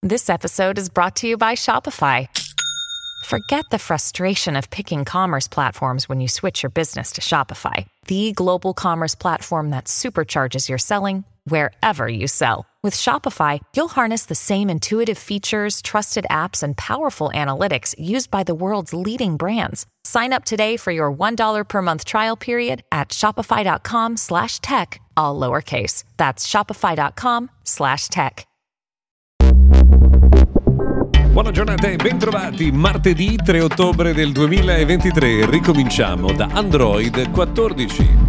This episode is brought to you by Shopify. Forget the frustration of picking commerce platforms when you switch your business to Shopify, the global commerce platform that supercharges your selling wherever you sell. With Shopify, you'll harness the same intuitive features, trusted apps, and powerful analytics used by the world's leading brands. Sign up today for your $1 per month trial period at shopify.com/tech, all lowercase. That's shopify.com/tech. Buona giornata e bentrovati, martedì 3 ottobre del 2023, ricominciamo da Android 14.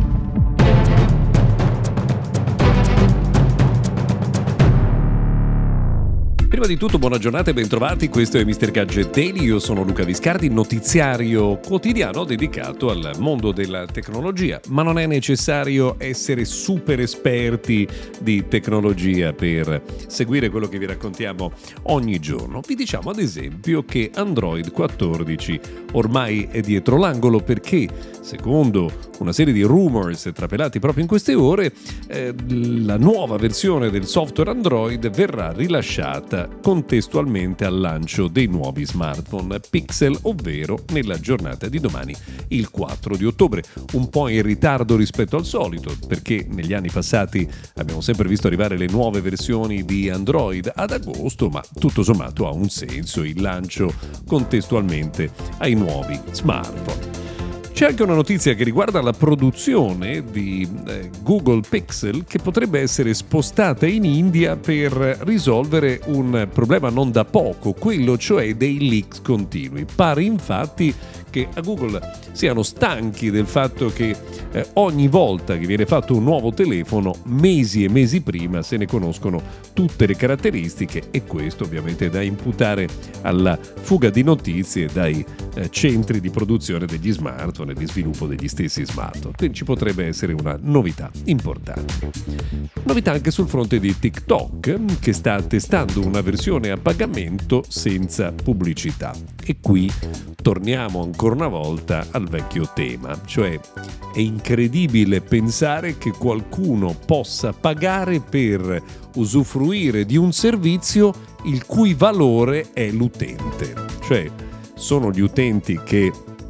Prima di tutto buona giornata e bentrovati, questo è Mr. Gadget Daily, io sono Luca Viscardi, notiziario quotidiano dedicato al mondo della tecnologia, ma non è necessario essere super esperti di tecnologia per seguire quello che vi raccontiamo ogni giorno. Vi diciamo ad esempio che Android 14 ormai è dietro l'angolo perché, secondo una serie di rumors trapelati proprio in queste ore, la nuova versione del software Android verrà rilasciata contestualmente al lancio dei nuovi smartphone Pixel, ovvero nella giornata di domani, il 4 di ottobre. Un po' in ritardo rispetto al solito, perché negli anni passati abbiamo sempre visto arrivare le nuove versioni di Android ad agosto, ma tutto sommato ha un senso il lancio contestualmente ai nuovi smartphone. C'è anche una notizia che riguarda la produzione di Google Pixel che potrebbe essere spostata in India per risolvere un problema non da poco, quello cioè dei leaks continui. Pare infatti che a Google siano stanchi del fatto che ogni volta che viene fatto un nuovo telefono, mesi e mesi prima se ne conoscono tutte le caratteristiche, e questo ovviamente è da imputare alla fuga di notizie dai centri di produzione degli smartphone e di sviluppo degli stessi smartphone. Quindi ci potrebbe essere una novità importante. Novità anche sul fronte di TikTok, che sta testando una versione a pagamento senza pubblicità. E qui torniamo ancora una volta al vecchio tema, cioè è incredibile pensare che qualcuno possa pagare per usufruire di un servizio il cui valore è l'utente. Cioè sono gli utenti che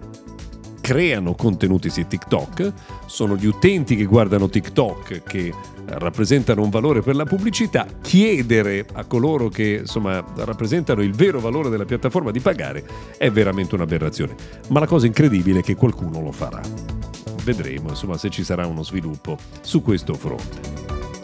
creano contenuti su TikTok, sono gli utenti che guardano TikTok che rappresentano un valore per la pubblicità. Chiedere a coloro che rappresentano il vero valore della piattaforma di pagare è veramente un'aberrazione, ma la cosa incredibile è che qualcuno lo farà. Vedremo se ci sarà uno sviluppo su questo fronte.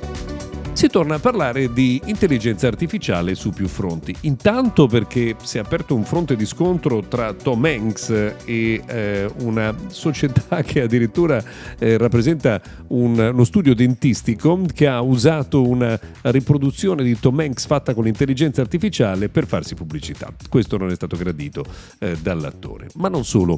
Si torna a parlare di intelligenza artificiale su più fronti. Intanto perché si è aperto un fronte di scontro tra Tom Hanks e una società che addirittura rappresenta uno studio dentistico che ha usato una riproduzione di Tom Hanks fatta con l'intelligenza artificiale per farsi pubblicità. Questo non è stato gradito dall'attore. Ma non solo.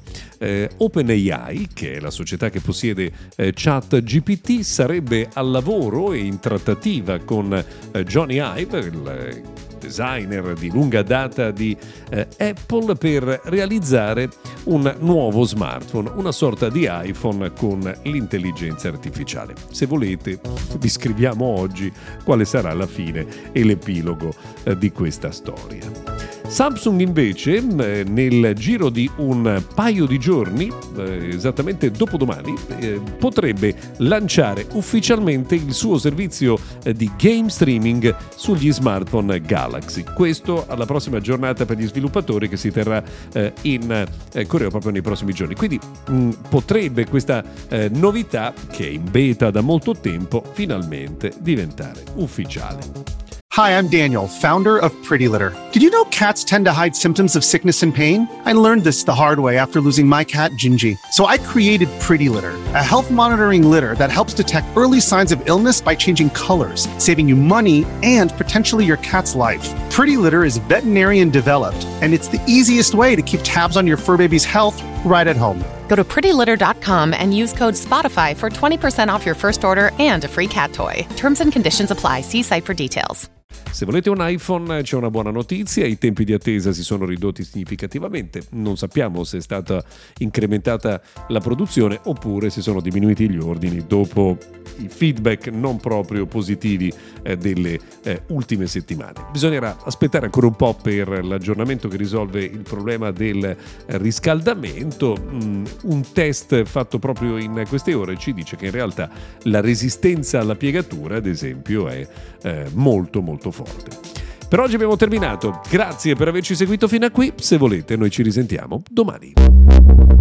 OpenAI, che è la società che possiede ChatGPT, sarebbe al lavoro e in trattativa con Johnny Ive, il designer di lunga data di Apple, per realizzare un nuovo smartphone, una sorta di iPhone con l'intelligenza artificiale. Se volete vi scriviamo oggi quale sarà la fine e l'epilogo di questa storia. Samsung invece nel giro di un paio di giorni, esattamente dopodomani, potrebbe lanciare ufficialmente il suo servizio di game streaming sugli smartphone Galaxy. Questo alla prossima giornata per gli sviluppatori che si terrà in Corea proprio nei prossimi giorni. Quindi potrebbe questa novità, che è in beta da molto tempo, finalmente diventare ufficiale. Hi, I'm Daniel, founder of Pretty Litter. Did you know cats tend to hide symptoms of sickness and pain? I learned this the hard way after losing my cat, Gingy. So I created Pretty Litter, a health monitoring litter that helps detect early signs of illness by changing colors, saving you money and potentially your cat's life. Pretty Litter is veterinarian developed, and it's the easiest way to keep tabs on your fur baby's health right at home. Go to prettylitter.com and use code SPOTIFY for 20% off your first order and a free cat toy. Terms and conditions apply. See site for details. Se volete un iPhone c'è una buona notizia, i tempi di attesa si sono ridotti significativamente, non sappiamo se è stata incrementata la produzione oppure se sono diminuiti gli ordini dopo i feedback non proprio positivi delle ultime settimane. Bisognerà aspettare ancora un po' per l'aggiornamento che risolve il problema del riscaldamento. Un test fatto proprio in queste ore ci dice che in realtà la resistenza alla piegatura, ad esempio, è molto molto forte. Per oggi abbiamo terminato, grazie per averci seguito fino a qui, se volete noi ci risentiamo domani.